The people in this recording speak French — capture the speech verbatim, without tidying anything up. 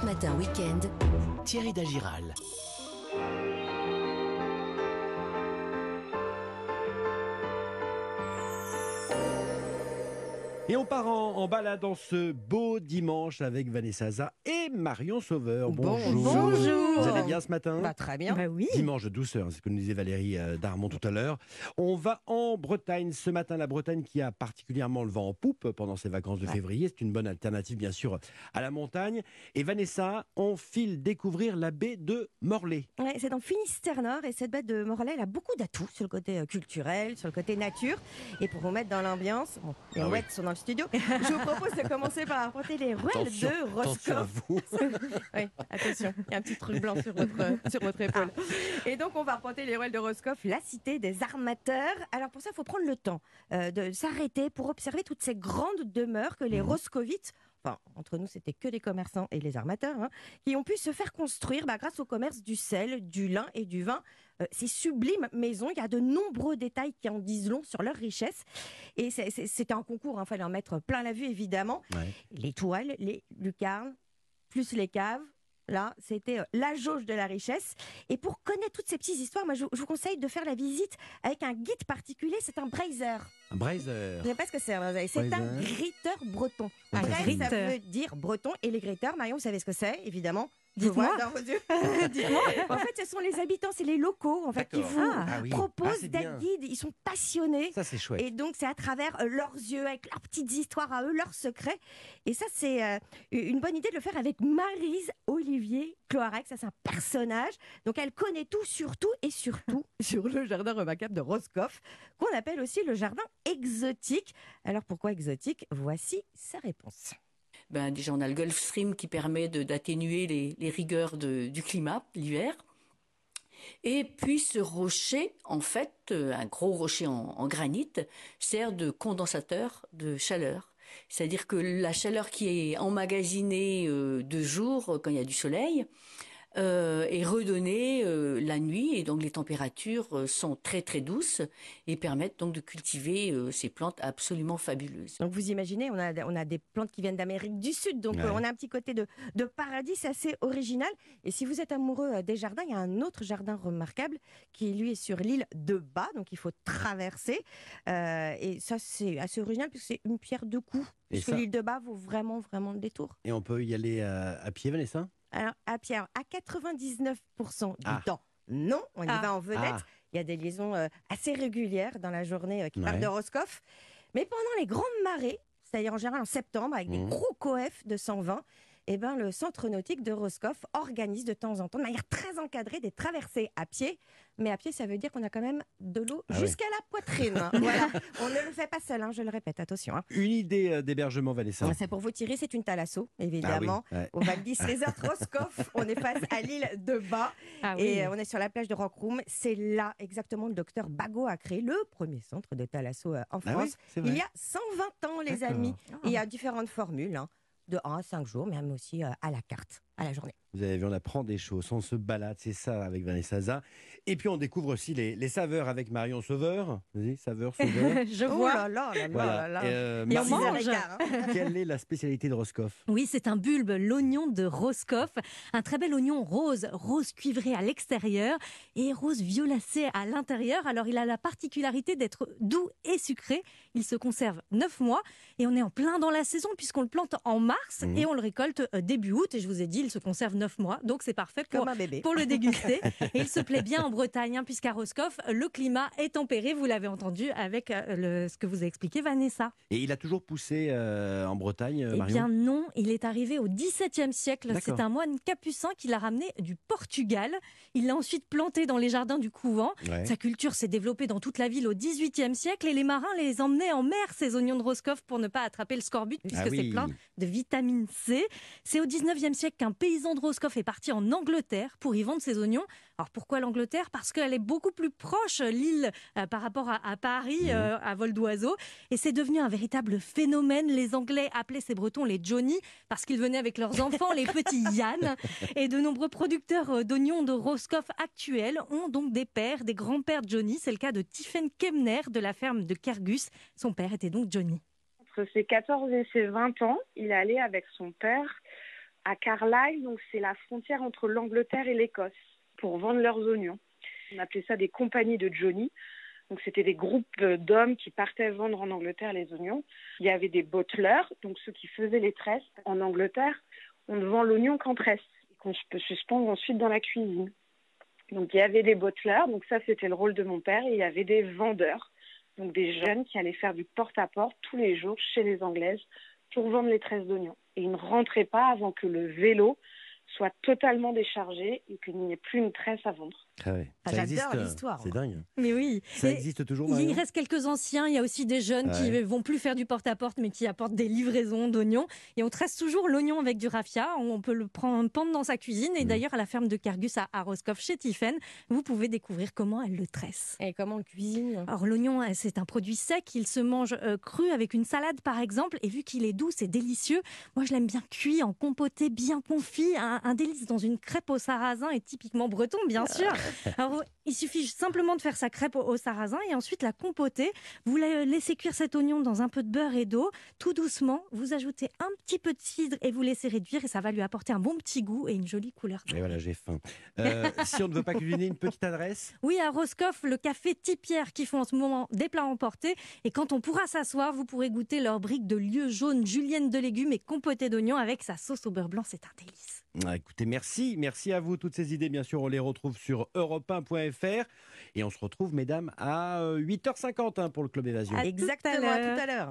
Top Matin Week-end, Thierry Dagiral. Et on part en, en balade en ce beau dimanche avec Vanessa Zaza et Marion Sauveur. Bonjour. Bonjour. Vous allez bien ce matin? Bah, très bien. Bah oui. Dimanche de douceur, c'est ce que nous disait Valérie euh, Darmon tout à l'heure. On va en Bretagne ce matin. La Bretagne qui a particulièrement le vent en poupe pendant ses vacances de Ouais. février. C'est une bonne alternative, bien sûr, à la montagne. Et Vanessa, on file découvrir la baie de Morlaix. Ouais, c'est dans Finistère-Nord et cette baie de Morlaix, elle a beaucoup d'atouts sur le côté euh, culturel, sur le côté nature. Et pour vous mettre dans l'ambiance, bon, les Ah oui. ouettes sont dans le studio, je vous propose de commencer par apporter les ruelles Attention, de attention à Roscoff. vous. Oui, attention, il y a un petit truc blanc sur votre, sur votre épaule. Et donc, on va reporter les ruelles de Roscoff, la cité des armateurs. Alors, pour ça, il faut prendre le temps euh, de s'arrêter pour observer toutes ces grandes demeures que les Mhm. Roscovites, enfin, entre nous, c'était que les commerçants et les armateurs, hein, qui ont pu se faire construire bah, grâce au commerce du sel, du lin et du vin. Euh, ces sublimes maisons, il y a de nombreux détails qui en disent long sur leur richesse. Et c'est- c'est- c'était un concours, il fallait en mettre plein la vue, évidemment. Ouais. Les toiles, les lucarnes, plus les caves. Là, c'était euh, la jauge de la richesse. Et pour connaître toutes ces petites histoires, moi, je, je vous conseille de faire la visite avec un guide particulier. C'est un brazier. Un brazier. Vous savez pas ce que c'est, un brazier? C'est un Brazier. griteur breton. Un Braise, ça griteur. veut dire breton. Et les griteurs, Marion, vous savez ce que c'est, évidemment? Je Dites-moi. vois dans vos yeux. Dites-moi. En fait, ce sont les habitants, c'est les locaux, en fait, qui D'accord. vous Ah. Ah oui. Ah, proposent c'est bien. d'être guides. Ils sont passionnés. Ça, c'est chouette. Et donc, c'est à travers euh, leurs yeux, avec leurs petites histoires à eux, leurs secrets. Et ça, c'est euh, une bonne idée de le faire avec Maryse Olivier Cloarec. Ça, c'est un personnage. Donc, elle connaît tout sur tout et surtout sur le jardin remarquable de Roscoff, qu'on appelle aussi le jardin exotique. Alors, pourquoi exotique? Voici sa réponse. Ben, déjà, on a le Gulf Stream qui permet de- d'atténuer les, les rigueurs de- du climat l'hiver. Et puis ce rocher, en fait, euh, un gros rocher en, en granit, sert de condensateur de chaleur. C'est-à-dire que la chaleur qui est emmagasinée euh, de jour, euh, quand il y a du soleil, euh, est redonnée euh, la nuit. Et donc les températures euh, sont très très douces et permettent donc de cultiver euh, ces plantes absolument fabuleuses. Donc vous imaginez, on a, on a des plantes qui viennent d'Amérique du Sud, donc Ouais. euh, on a un petit côté de, de paradis, c'est assez original. Et si vous êtes amoureux euh, des jardins, il y a un autre jardin remarquable qui lui est sur l'île de Bas, donc il faut traverser. Euh, et ça c'est assez original puisque c'est une pierre deux coups. Et Puisque ça- l'île de Bas vaut vraiment, vraiment le détour. Et on peut y aller euh, à pied, Vanessa? Alors à Pierre, à quatre-vingt-dix-neuf pour cent du Ah. temps, non, on y Ah. va en vedette. Ah. Il y a des liaisons euh, assez régulières dans la journée euh, qui Ouais. partent de Roscoff. Mais pendant les grandes marées, c'est-à-dire en général en septembre, avec des Mhm. gros coefs de cent vingt, eh ben, le centre nautique de Roscoff organise de temps en temps, de manière très encadrée, des traversées à pied. Mais à pied, ça veut dire qu'on a quand même de l'eau Ah ouais. jusqu'à la poitrine. hein. Voilà. On ne le fait pas seul, hein, je le répète, attention. hein. Une idée euh, d'hébergement, Vanessa. C'est pour vous tirer, c'est une thalasso, Ah oui, évidemment. ouais. Au Valdis Resort Roscoff, on est face à l'île de Bas. Ah oui. Et euh, on est sur la plage de Rockroom. C'est là, exactement, le docteur Bagot a créé le premier centre de thalasso euh, en Ah France. oui, c'est vrai. Il y a cent vingt ans, les D'accord. amis. Et il y a différentes formules, hein, de un à cinq jours, mais même aussi euh, à la carte, à la journée. Vous avez vu, on apprend des choses, on se balade, c'est ça avec Vanessa Zaza. Et puis on découvre aussi les, les saveurs avec Marion Sauveur. Vas-y, saveur, sauveur. Je Oh vois. là là là là Voilà. là là. Et, euh, Et on Marion, mange. six heures quinze, hein. quelle est la spécialité de Roscoff? Oui, c'est un bulbe, l'oignon de Roscoff. Un très bel oignon rose, rose cuivré à l'extérieur et rose violacé à l'intérieur. Alors, il a la particularité d'être doux et sucré. Il se conserve neuf mois et on est en plein dans la saison puisqu'on le plante en mars Mmh. et on le récolte euh, début août. Et je vous ai dit, il se conserve neuf mois. Donc, c'est parfait pour, Comme un bébé. pour le déguster. Et il se plaît bien en Bretagne, hein, puisqu'à Roscoff, le climat est tempéré. Vous l'avez entendu avec euh, le, ce que vous a expliqué Vanessa. Et il a toujours poussé euh, en Bretagne, euh, Eh Marion? bien non, il est arrivé au dix-septième siècle. D'accord. C'est un moine capucin qui l'a ramené du Portugal. Il l'a ensuite planté dans les jardins du couvent. Ouais. Sa culture s'est développée dans toute la ville au dix-huitième siècle et les marins les emmenaient en mer, ces oignons de Roscoff, pour ne pas attraper le scorbut, puisque Ah oui. c'est plein de vitamine C. C'est au dix-neuvième siècle qu'un paysan de Roscoff est parti en Angleterre pour y vendre ses oignons. Alors pourquoi l'Angleterre? Parce qu'elle est beaucoup plus proche, l'île, euh, par rapport à, à Paris, Mmh. euh, à vol d'oiseau. Et c'est devenu un véritable phénomène. Les Anglais appelaient ces Bretons les Johnny parce qu'ils venaient avec leurs enfants, les petits Yann. Et de nombreux producteurs euh, d'oignons de Roscoff actuels ont donc des pères, des grands-pères Johnny. C'est le cas de Tiphaine Kemner de la ferme de Kergus. Son père était donc Johnny. Entre ses quatorze et ses vingt ans, il allait avec son père à Carlisle, donc c'est la frontière entre l'Angleterre et l'Écosse, pour vendre leurs oignons. On appelait ça des compagnies de Johnny. Donc c'était des groupes d'hommes qui partaient vendre en Angleterre les oignons. Il y avait des bottlers, donc ceux qui faisaient les tresses. En Angleterre, on ne vend l'oignon qu'en tresse, qu'on peut suspendre ensuite dans la cuisine. Donc il y avait des bottlers, donc ça c'était le rôle de mon père, et il y avait des vendeurs, donc des jeunes qui allaient faire du porte-à-porte tous les jours chez les Anglaises pour vendre les tresses d'oignons. Et ils ne rentraient pas avant que le vélo soit totalement déchargé et qu'il n'y ait plus une tresse à vendre. Ah ouais. Ah, Ça j'adore existe, l'histoire, c'est moi. dingue. Mais oui. Ça Et existe toujours, il Marion? reste quelques anciens, il y a aussi des jeunes qui Ouais. vont plus faire du porte-à-porte mais qui apportent des livraisons d'oignons. Et on tresse toujours l'oignon avec du raffia, on peut le prendre pendre dans sa cuisine. Et Mmh. d'ailleurs à la ferme de Cargus à, à Roscoff chez Tiffen, vous pouvez découvrir comment elle le tresse. Et comment on le cuisine? Alors l'oignon, euh, c'est un produit sec, il se mange euh, cru avec une salade par exemple, et vu qu'il est doux, c'est délicieux. Moi je l'aime bien cuit, en compoté, bien confit, un, un délice dans une crêpe au sarrasin et typiquement breton bien sûr. Alors il suffit simplement de faire sa crêpe au, au sarrasin et ensuite la compoter. Vous la laissez cuire cet oignon dans un peu de beurre et d'eau, tout doucement, vous ajoutez un petit peu de cidre et vous laissez réduire et ça va lui apporter un bon petit goût et une jolie couleur. Et voilà, j'ai faim. Euh, si on ne veut pas cuisiner, une petite adresse? Oui, à Roscoff, le café Tipière qui font en ce moment des plats emportés. Et quand on pourra s'asseoir, vous pourrez goûter leur brique de lieu jaune, julienne de légumes et compotée d'oignons avec sa sauce au beurre blanc. C'est un délice. Ah, écoutez, merci. Merci à vous. Toutes ces idées, bien sûr, on les retrouve sur europe un point f r. Et on se retrouve, mesdames, à huit heures cinquante hein, pour le Club Évasion. Exactement, à tout à l'heure.